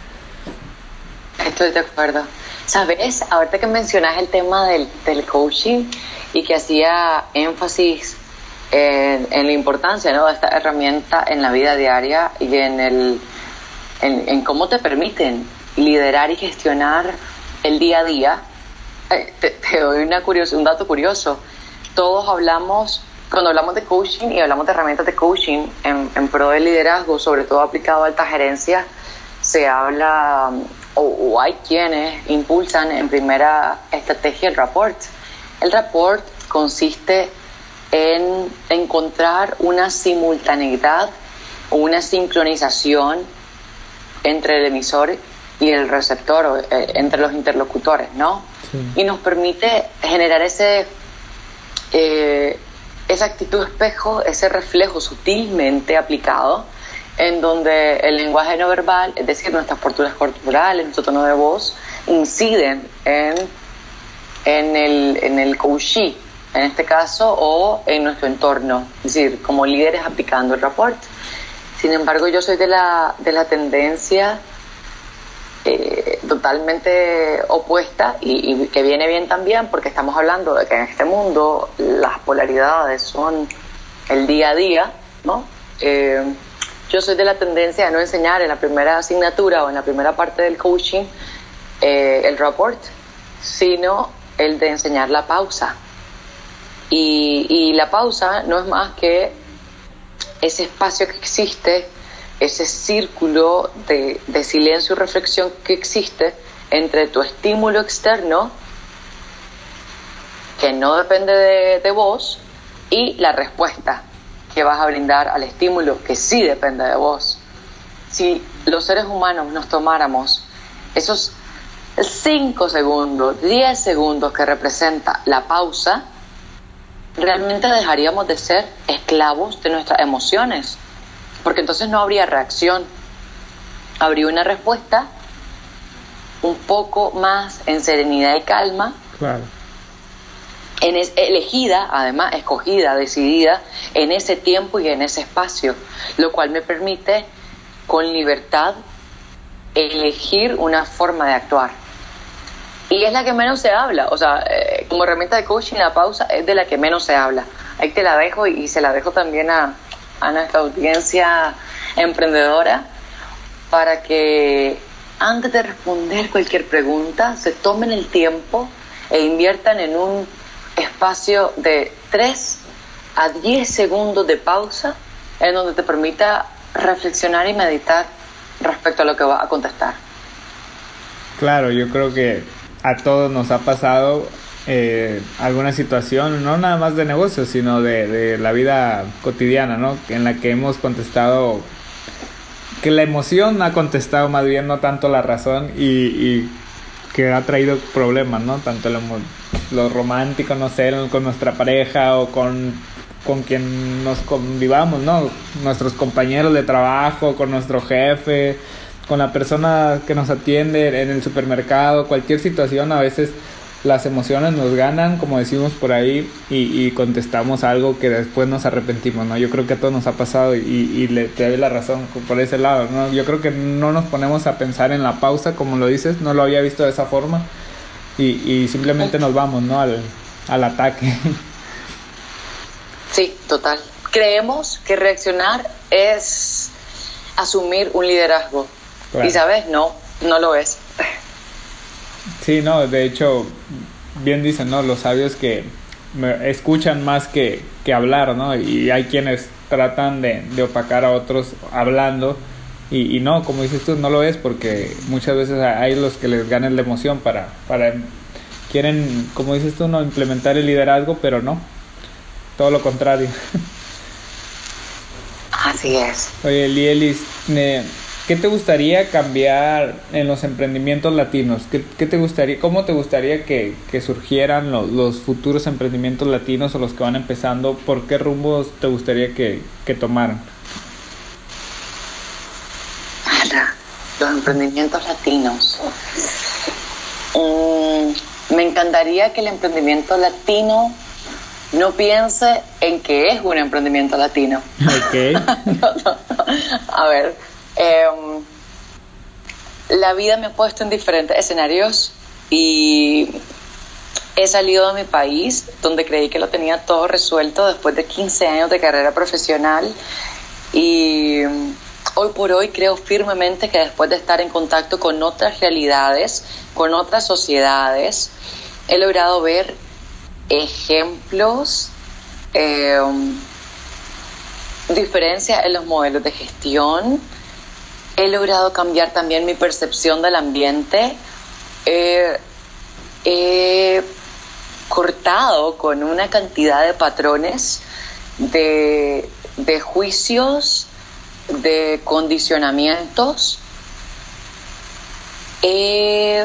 Estoy de acuerdo. ¿Sabes? Ahorita que mencionas el tema del, del coaching y que hacía énfasis en, en la importancia, ¿no?, de esta herramienta en la vida diaria y en, el, en, en cómo te permiten liderar y gestionar el día a día, eh, te, te doy una curioso, un dato curioso. Todos hablamos, cuando hablamos de coaching y hablamos de herramientas de coaching en, en pro del liderazgo, sobre todo aplicado a alta gerencia, se habla... O, o hay quienes impulsan en primera estrategia el rapport. El rapport consiste en encontrar una simultaneidad o una sincronización entre el emisor y el receptor, eh, entre los interlocutores, ¿no? Sí. Y nos permite generar ese, eh, esa actitud espejo, ese reflejo sutilmente aplicado, en donde el lenguaje no verbal, es decir, nuestras posturas corporales, nuestro tono de voz, inciden en, en el, en el coachee, en este caso, o en nuestro entorno, es decir, como líderes aplicando el rapport. Sin embargo, yo soy de la, de la tendencia eh, totalmente opuesta y, y que viene bien también, porque estamos hablando de que en este mundo las polaridades son el día a día, ¿no? Eh, yo soy de la tendencia de no enseñar en la primera asignatura o en la primera parte del coaching eh, el rapport, sino el de enseñar la pausa. Y, y la pausa no es más que ese espacio que existe, ese círculo de, de silencio y reflexión que existe entre tu estímulo externo, que no depende de, de vos, y la respuesta que vas a brindar al estímulo que sí depende de vos. Si los seres humanos nos tomáramos esos cinco segundos, diez segundos que representa la pausa, realmente dejaríamos de ser esclavos de nuestras emociones, porque entonces no habría reacción, habría una respuesta un poco más en serenidad y calma, claro. en es, elegida, además escogida, decidida en ese tiempo y en ese espacio, lo cual me permite con libertad elegir una forma de actuar. Y es la que menos se habla, o sea, eh, como herramienta de coaching, la pausa es de la que menos se habla. Ahí te la dejo y, y se la dejo también a, a nuestra audiencia emprendedora, para que antes de responder cualquier pregunta se tomen el tiempo e inviertan en un espacio de tres a diez segundos de pausa, en donde te permita reflexionar y meditar respecto a lo que vas a contestar. Claro, yo creo que a todos nos ha pasado eh, alguna situación, no nada más de negocios, sino de, de la vida cotidiana, ¿no? En la que hemos contestado, que la emoción ha contestado más bien, no tanto la razón, y, y que ha traído problemas, ¿no? Tanto lo, lo romántico, no sé, con nuestra pareja o con, con quien nos convivamos, ¿no? Nuestros compañeros de trabajo, con nuestro jefe, con la persona que nos atiende en el supermercado, cualquier situación. A veces las emociones nos ganan, como decimos por ahí, y, y contestamos algo que después nos arrepentimos, ¿no? Yo creo que a todos nos ha pasado y, y le, te doy la razón por ese lado, ¿no? Yo creo que no nos ponemos a pensar en la pausa, como lo dices, no lo había visto de esa forma, y, y simplemente nos vamos, ¿no? Al, al ataque. Sí, total. Creemos que reaccionar es asumir un liderazgo. Claro. Y sabes, no, no lo es. Sí, no, de hecho, bien dicen, ¿no? Los sabios que escuchan más que, que hablar, ¿no? Y hay quienes tratan de, de opacar a otros hablando, y, y no, como dices tú, no lo es, porque muchas veces hay los que les ganan la emoción para, para quieren, como dices tú, no implementar el liderazgo, pero no, todo lo contrario. Así es. Oye, Lielis, eh, ¿qué te gustaría cambiar en los emprendimientos latinos? ¿Qué, qué te gustaría, cómo te gustaría que, que surgieran los, los futuros emprendimientos latinos o los que van empezando? ¿Por qué rumbos te gustaría que, que tomaran? Los emprendimientos latinos. Mm, me encantaría que el emprendimiento latino no piense en que es un emprendimiento latino. Okay. no, no, no. A ver, eh, la vida me ha puesto en diferentes escenarios y he salido de mi país, donde creí que lo tenía todo resuelto después de quince años de carrera profesional, y hoy por hoy creo firmemente que después de estar en contacto con otras realidades, con otras sociedades, he logrado ver ejemplos, eh, diferencias en los modelos de gestión. He logrado cambiar también mi percepción del ambiente. Eh, he cortado con una cantidad de patrones, de, de juicios, de condicionamientos he,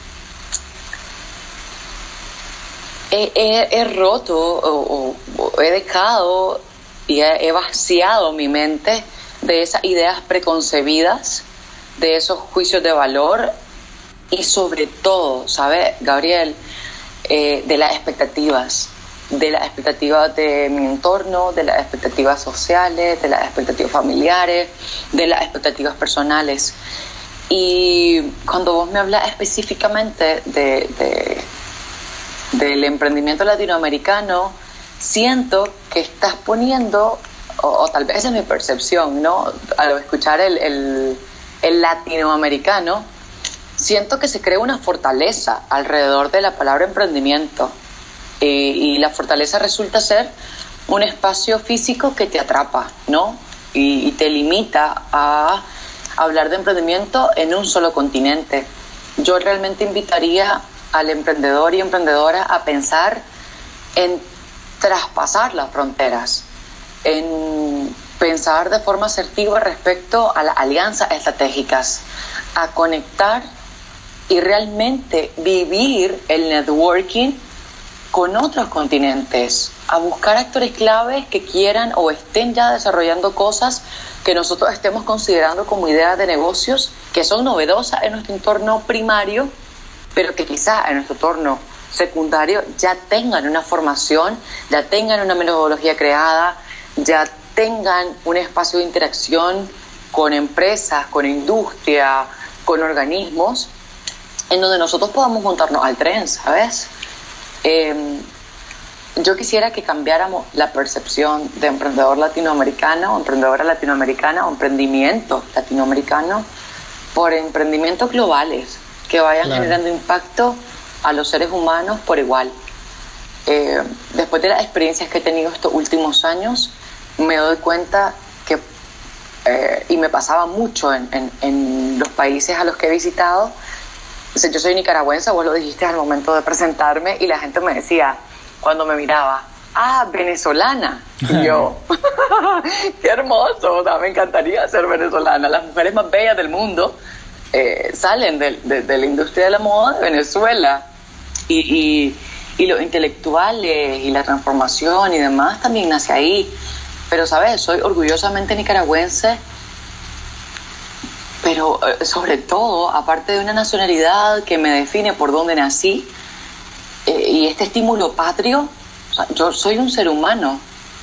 he, he, he roto o, o, o he dejado y he, he vaciado mi mente de esas ideas preconcebidas, de esos juicios de valor y sobre todo, ¿sabes, Gabriel? Eh, de las expectativas, de las expectativas de mi entorno, de las expectativas sociales, de las expectativas familiares, de las expectativas personales. Y cuando vos me hablas específicamente de, de, del emprendimiento latinoamericano, siento que estás poniendo, o, o tal vez es mi percepción, ¿no? Al escuchar el, el, el latinoamericano, siento que se crea una fortaleza alrededor de la palabra emprendimiento. Y, y la fortaleza resulta ser un espacio físico que te atrapa, ¿no? Y, y te limita a hablar de emprendimiento en un solo continente. Yo realmente invitaría al emprendedor y emprendedora a pensar en traspasar las fronteras, en pensar de forma asertiva respecto a las alianzas estratégicas, a conectar y realmente vivir el networking con otros continentes, a buscar actores claves que quieran o estén ya desarrollando cosas que nosotros estemos considerando como ideas de negocios que son novedosas en nuestro entorno primario, pero que quizás en nuestro entorno secundario ya tengan una formación, ya tengan una metodología creada, ya tengan un espacio de interacción con empresas, con industria, con organismos, en donde nosotros podamos montarnos al tren, ¿sabes? Eh, yo quisiera que cambiáramos la percepción de emprendedor latinoamericano, emprendedora latinoamericana o emprendimiento latinoamericano por emprendimientos globales que vayan claro. generando impacto a los seres humanos por igual. Eh, después de las experiencias que he tenido estos últimos años, me doy cuenta que, eh, y me pasaba mucho en, en, en los países a los que he visitado. Yo soy nicaragüense, vos lo dijiste al momento de presentarme, y la gente me decía, cuando me miraba, ah, venezolana. Y yo, qué hermoso, o sea, me encantaría ser venezolana. Las mujeres más bellas del mundo eh, salen de, de, de la industria de la moda de Venezuela. Y, y, y los intelectuales y la transformación y demás también nace ahí. Pero, ¿sabes? Soy orgullosamente nicaragüense. Pero sobre todo, aparte de una nacionalidad que me define por dónde nací, eh, y este estímulo patrio, o sea, yo soy un ser humano,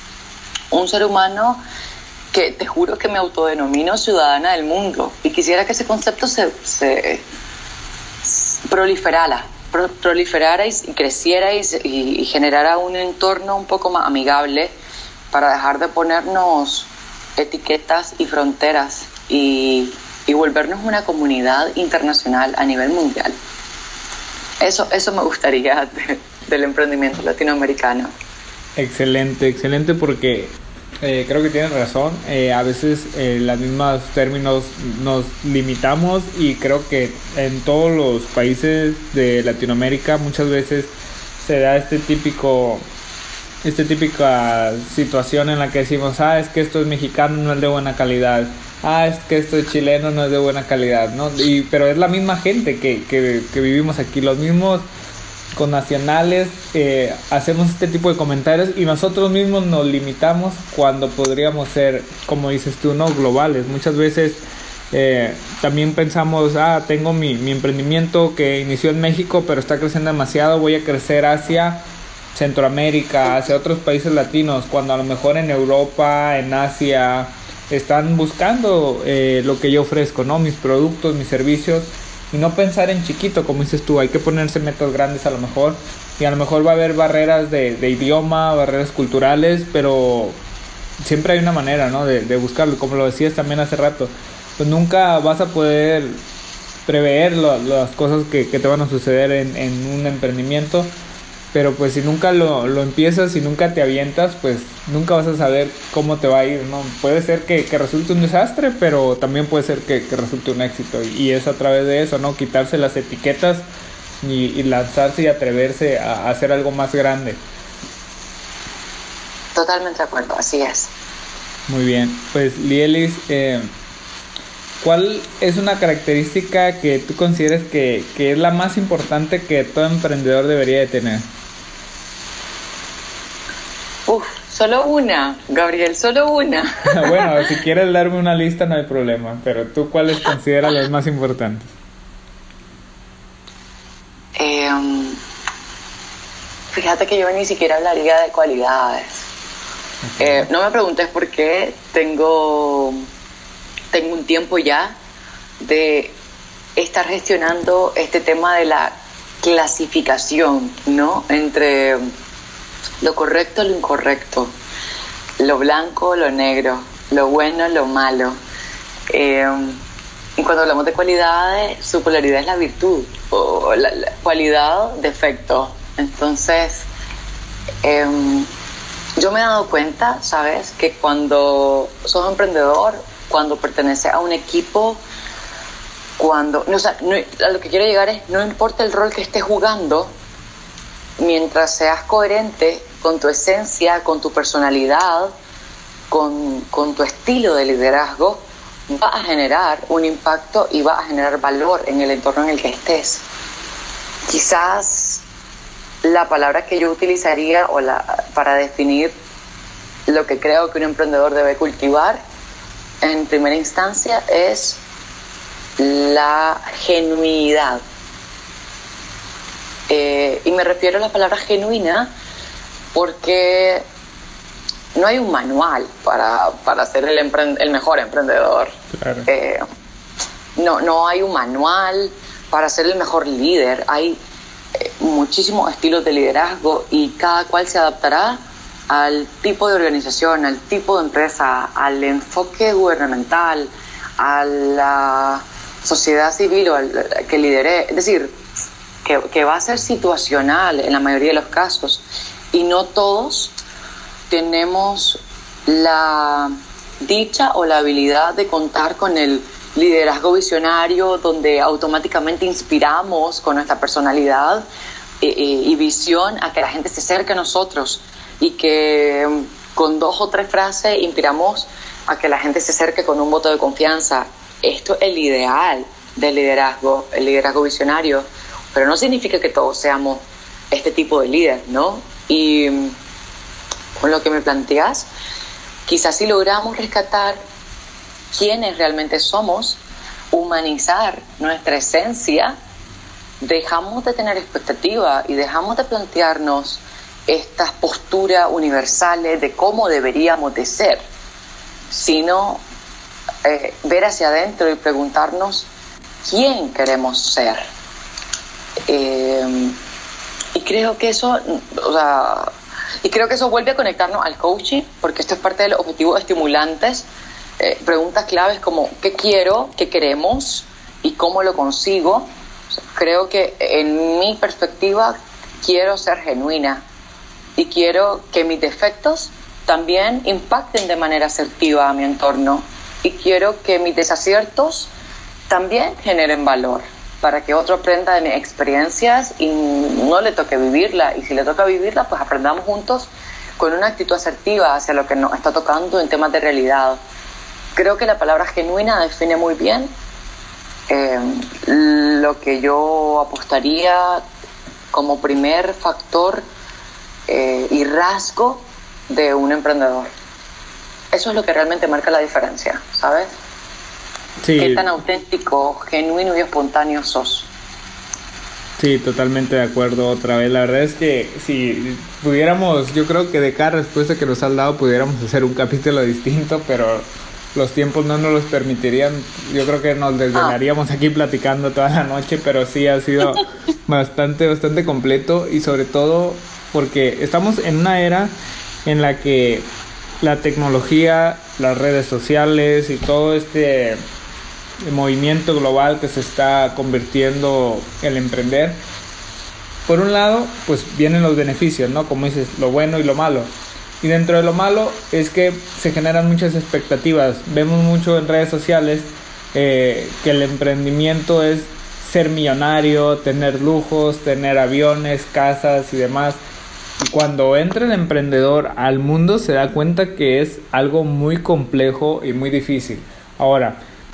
un ser humano que te juro que me autodenomino ciudadana del mundo, y quisiera que ese concepto se, se proliferara, pro, proliferara y, y creciera y, y, y generara un entorno un poco más amigable para dejar de ponernos etiquetas y fronteras y y volvernos una comunidad internacional a nivel mundial. Eso, eso me gustaría de, del emprendimiento latinoamericano. Excelente, excelente, porque eh, creo que tienes razón. Eh, a veces eh, los mismos términos nos limitamos, y creo que en todos los países de Latinoamérica muchas veces se da este típico... esta típica situación en la que decimos, ah, es que esto es mexicano, no es de buena calidad, ah, es que esto es chileno, no es de buena calidad, ¿no? Y, pero es la misma gente que, que, que vivimos aquí, los mismos connacionales, eh, hacemos este tipo de comentarios, y nosotros mismos nos limitamos cuando podríamos ser, como dices tú, no globales. Muchas veces eh, también pensamos, ah, tengo mi, mi emprendimiento que inició en México, pero está creciendo demasiado, voy a crecer hacia Centroamérica, hacia otros países latinos, cuando a lo mejor en Europa, en Asia, están buscando eh, lo que yo ofrezco, ¿no? Mis productos, mis servicios, y no pensar en chiquito, como dices tú. Hay que ponerse metas grandes a lo mejor, y a lo mejor va a haber barreras de, de idioma, barreras culturales, pero siempre hay una manera, ¿no? De, de buscarlo, como lo decías también hace rato. Pues nunca vas a poder prever lo, las cosas que, que te van a suceder en, en un emprendimiento, pero pues si nunca lo, lo empiezas, si nunca te avientas, pues nunca vas a saber cómo te va a ir, ¿no? Puede ser que, que resulte un desastre, pero también puede ser que, que resulte un éxito, y es a través de eso, ¿no? Quitarse las etiquetas y, y lanzarse y atreverse a, a hacer algo más grande. Totalmente de acuerdo, así es. Muy bien, pues Lielis, eh, ¿cuál es una característica que tú consideres que, que es la más importante que todo emprendedor debería de tener? Uf, solo una, Gabriel, solo una. Bueno, si quieres darme una lista no hay problema, pero tú ¿cuáles consideras las más importantes? Eh, fíjate que yo ni siquiera hablaría de cualidades. Okay. Eh, no me preguntes por qué. Tengo, tengo un tiempo ya de estar gestionando este tema de la clasificación, ¿no? Entre lo correcto, lo incorrecto, lo blanco, lo negro, lo bueno, lo malo. Eh, y cuando hablamos de cualidades, su polaridad es la virtud, o la, la cualidad, defecto. Entonces, eh, yo me he dado cuenta, ¿sabes?, que cuando sos emprendedor, cuando perteneces a un equipo, cuando, no, o sea, no, a lo que quiero llegar es, no importa el rol que estés jugando, mientras seas coherente con tu esencia, con tu personalidad, con, con tu estilo de liderazgo, va a generar un impacto y va a generar valor en el entorno en el que estés. Quizás la palabra que yo utilizaría o la, para definir lo que creo que un emprendedor debe cultivar en primera instancia es la genuinidad. Eh, y me refiero a la palabra genuina porque no hay un manual para, para ser el, emprend- el mejor emprendedor. Claro. Eh, no, no hay un manual para ser el mejor líder. Hay eh, muchísimos estilos de liderazgo y cada cual se adaptará al tipo de organización, al tipo de empresa, al enfoque gubernamental, a la sociedad civil o al que lidere. Es decir, que, que va a ser situacional en la mayoría de los casos y no todos tenemos la dicha o la habilidad de contar con el liderazgo visionario donde automáticamente inspiramos con nuestra personalidad y, y, y visión a que la gente se acerque a nosotros y que con dos o tres frases inspiramos a que la gente se acerque con un voto de confianza. Esto es el ideal del liderazgo, el liderazgo visionario, pero no significa que todos seamos este tipo de líder, ¿no? Y con lo que me planteas, quizás si logramos rescatar quiénes realmente somos, humanizar nuestra esencia, dejamos de tener expectativa y dejamos de plantearnos estas posturas universales de cómo deberíamos de ser, sino eh, ver hacia adentro y preguntarnos quién queremos ser. Eh, y creo que eso, o sea, y creo que eso vuelve a conectarnos al coaching, porque esto es parte de los objetivos estimulantes. Eh, preguntas claves como ¿qué quiero? ¿Qué queremos? ¿Y cómo lo consigo? O sea, creo que en mi perspectiva quiero ser genuina y quiero que mis defectos también impacten de manera asertiva a mi entorno y quiero que mis desaciertos también generen valor para que otro aprenda de mis experiencias y no le toque vivirla, y si le toca vivirla, pues aprendamos juntos con una actitud asertiva hacia lo que nos está tocando en temas de realidad. Creo que la palabra genuina define muy bien eh, lo que yo apostaría como primer factor eh, y rasgo de un emprendedor. Eso es lo que realmente marca la diferencia, ¿sabes? Sí. Qué tan auténtico, genuino y espontáneo sos. Sí, totalmente de acuerdo otra vez. La verdad es que si pudiéramos, yo creo que de cada respuesta que nos has dado pudiéramos hacer un capítulo distinto, pero los tiempos no nos los permitirían. Yo creo que nos desvelaríamos ah. aquí platicando toda la noche, pero sí ha sido bastante, bastante completo, y sobre todo porque estamos en una era en la que la tecnología, las redes sociales y todo este movimiento global que se está convirtiendo el emprender, por un lado pues vienen los beneficios, ¿no? Como dices, lo bueno y lo malo, y dentro de lo malo es que se generan muchas expectativas. Vemos mucho en redes sociales eh, que el emprendimiento es ser millonario, tener lujos, tener aviones, casas y demás. Y cuando entra el emprendedor al mundo se da cuenta que es algo muy complejo y muy difícil. Ahora,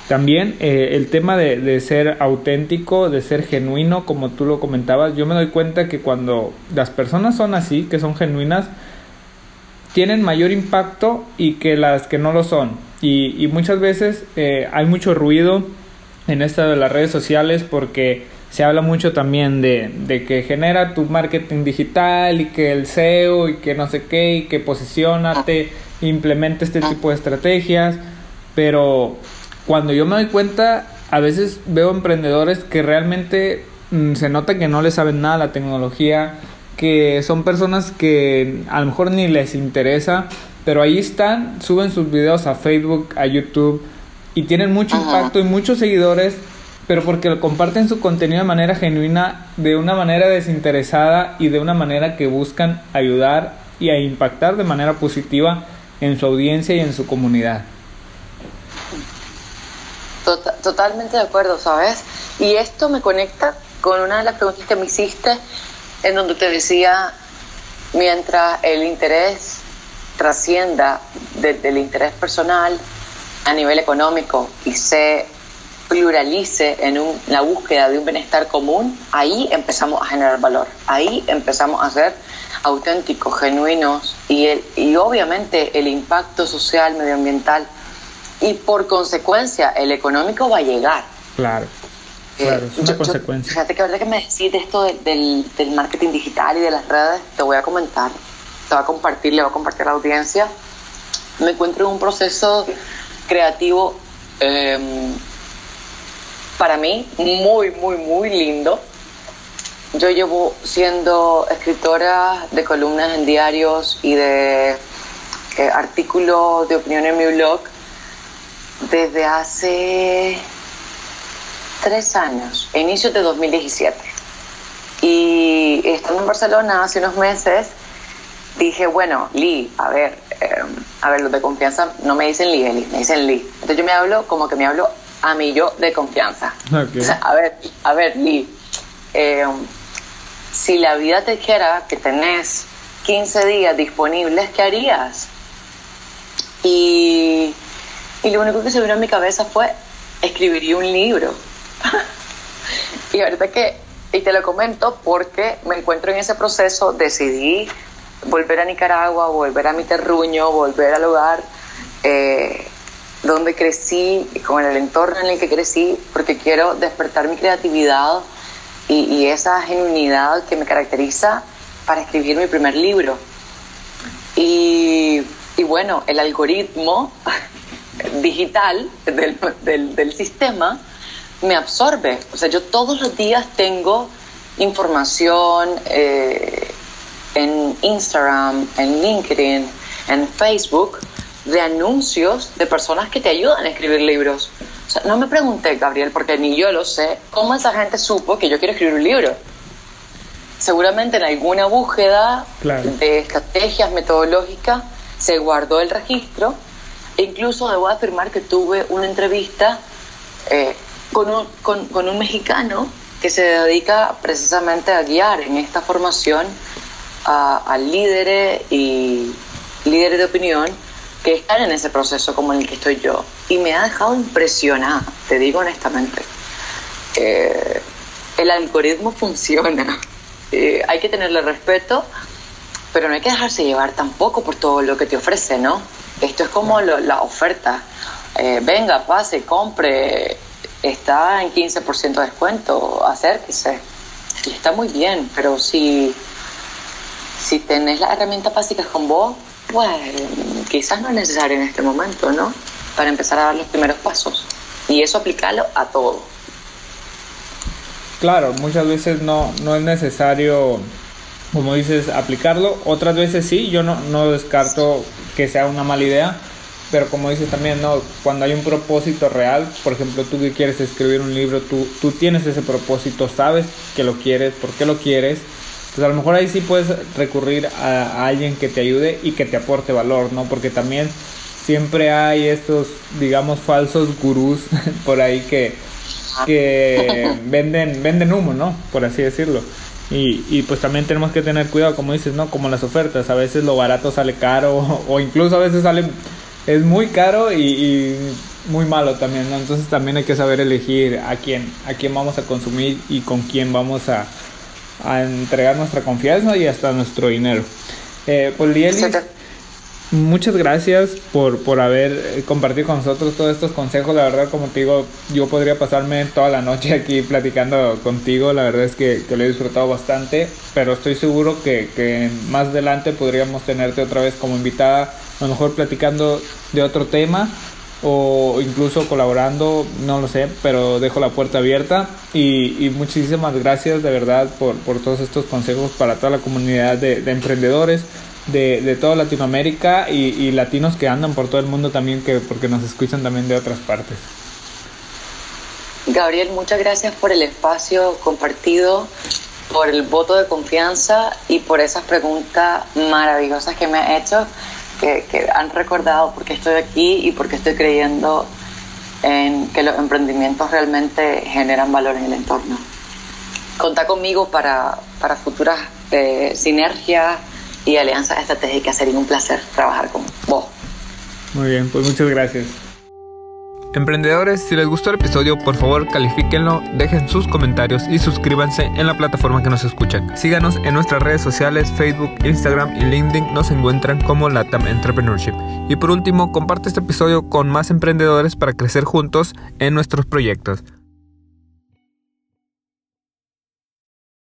también eh, el tema de, de ser auténtico, de ser genuino, como tú lo comentabas. Yo me doy cuenta que cuando las personas son así, que son genuinas, tienen mayor impacto y que las que no lo son. Y, y muchas veces eh, hay mucho ruido en esto de las redes sociales porque se habla mucho también de, de que genera tu marketing digital y que el S E O y que no sé qué y que posiciónate, implementa este tipo de estrategias. Pero cuando yo me doy cuenta, a veces veo emprendedores que realmente mmm, se nota que no les saben nada la tecnología, que son personas que a lo mejor ni les interesa, pero ahí están, suben sus videos a Facebook, a YouTube y tienen mucho Ajá. impacto y muchos seguidores, pero porque comparten su contenido de manera genuina, de una manera desinteresada y de una manera que buscan ayudar y a impactar de manera positiva en su audiencia y en su comunidad. Tota- totalmente de acuerdo, ¿sabes? Y esto me conecta con una de las preguntas que me hiciste, en donde te decía, mientras el interés trascienda desde el interés personal a nivel económico y se pluralice en un, la búsqueda de un bienestar común, ahí empezamos a generar valor, ahí empezamos a ser auténticos, genuinos, y, el, y obviamente el impacto social, medioambiental y por consecuencia el económico va a llegar. Claro. Claro, es una yo, consecuencia. Yo, fíjate que ahora que me decís de esto de, del, del marketing digital y de las redes, te voy a comentar, te voy a compartir, le voy a compartir a la audiencia. Me encuentro en un proceso creativo eh, para mí muy, muy, muy lindo. Yo llevo siendo escritora de columnas en diarios y de eh, artículos de opinión en mi blog desde hace tres años, a inicios de dos mil diecisiete. Y estando en Barcelona hace unos meses, dije, bueno, Lee, a ver, eh, a ver, los de confianza no me dicen Lee, Lee, me dicen Lee. Entonces yo me hablo como que me hablo a mí yo de confianza. Okay. O sea, a ver, a ver, Lee, eh, si la vida te dijera que tenés quince días disponibles, ¿qué harías? Y, y lo único que se vino en mi cabeza fue, escribiría un libro. Y ahorita que, y te lo comento porque me encuentro en ese proceso, decidí volver a Nicaragua, volver a mi terruño, volver al hogar eh, donde crecí, con el entorno en el que crecí, porque quiero despertar mi creatividad y, y esa genuinidad que me caracteriza para escribir mi primer libro. Y, y bueno, el algoritmo digital del, del, del sistema me absorbe. O sea, yo todos los días tengo información eh, en Instagram, en LinkedIn, en Facebook, de anuncios de personas que te ayudan a escribir libros. O sea, no me pregunté, Gabriel, porque ni yo lo sé, cómo esa gente supo que yo quiero escribir un libro. Seguramente en alguna búsqueda claro. de estrategias metodológicas se guardó el registro, e incluso debo afirmar que tuve una entrevista eh, con, un, con, con un mexicano que se dedica precisamente a guiar en esta formación a, a líderes y líderes de opinión que están en ese proceso como en el que estoy yo, y me ha dejado impresionada, te digo honestamente. Eh, el algoritmo funciona, eh, hay que tenerle respeto, pero no hay que dejarse llevar tampoco por todo lo que te ofrece, ¿no? Esto es como lo, la oferta, eh, venga, pase, compre, está en quince por ciento de descuento, acérquese, y está muy bien, pero si, si tenés las herramientas básicas con vos, pues quizás no es necesario en este momento, ¿no? Para empezar a dar los primeros pasos. Y eso aplicarlo a todo. Claro, muchas veces no, no es necesario, como dices, aplicarlo. Otras veces sí, yo no, no descarto que sea una mala idea. Pero como dices también, no, cuando hay un propósito real, por ejemplo, tú que quieres escribir un libro, tú, tú tienes ese propósito, sabes que lo quieres, por qué lo quieres. Pues a lo mejor ahí sí puedes recurrir a, a alguien que te ayude y que te aporte valor, ¿no? Porque también siempre hay estos, digamos, falsos gurús por ahí que, que venden, venden humo, ¿no? Por así decirlo. Y, y pues también tenemos que tener cuidado, como dices, ¿no? Como las ofertas, a veces lo barato sale caro, o incluso a veces sale, es muy caro y, y muy malo también, ¿no? Entonces también hay que saber elegir a quién, a quién vamos a consumir y con quién vamos a, a entregar nuestra confianza y hasta nuestro dinero. Eh, pues Lielis, muchas gracias por, por haber compartido con nosotros todos estos consejos. La verdad, como te digo, yo podría pasarme toda la noche aquí platicando contigo. La verdad es que, que lo he disfrutado bastante, pero estoy seguro que, que más adelante podríamos tenerte otra vez como invitada, a lo mejor platicando de otro tema o incluso colaborando, no lo sé, pero dejo la puerta abierta. Y, y muchísimas gracias de verdad por, por todos estos consejos para toda la comunidad de, de emprendedores de, de toda Latinoamérica y, y latinos que andan por todo el mundo también, que porque nos escuchan también de otras partes. Gabriel, muchas gracias por el espacio compartido, por el voto de confianza y por esas preguntas maravillosas que me has hecho, que, que han recordado por qué estoy aquí y por qué estoy creyendo en que los emprendimientos realmente generan valor en el entorno. Contá conmigo para, para futuras eh, sinergias y alianzas estratégicas. Sería un placer trabajar con vos. Muy bien, pues muchas gracias. Emprendedores, si les gustó el episodio, por favor califíquenlo, dejen sus comentarios y suscríbanse en la plataforma que nos escuchan. Síganos en nuestras redes sociales, Facebook, Instagram y LinkedIn, nos encuentran como LATAM Entrepreneurship. Y por último, comparte este episodio con más emprendedores para crecer juntos en nuestros proyectos.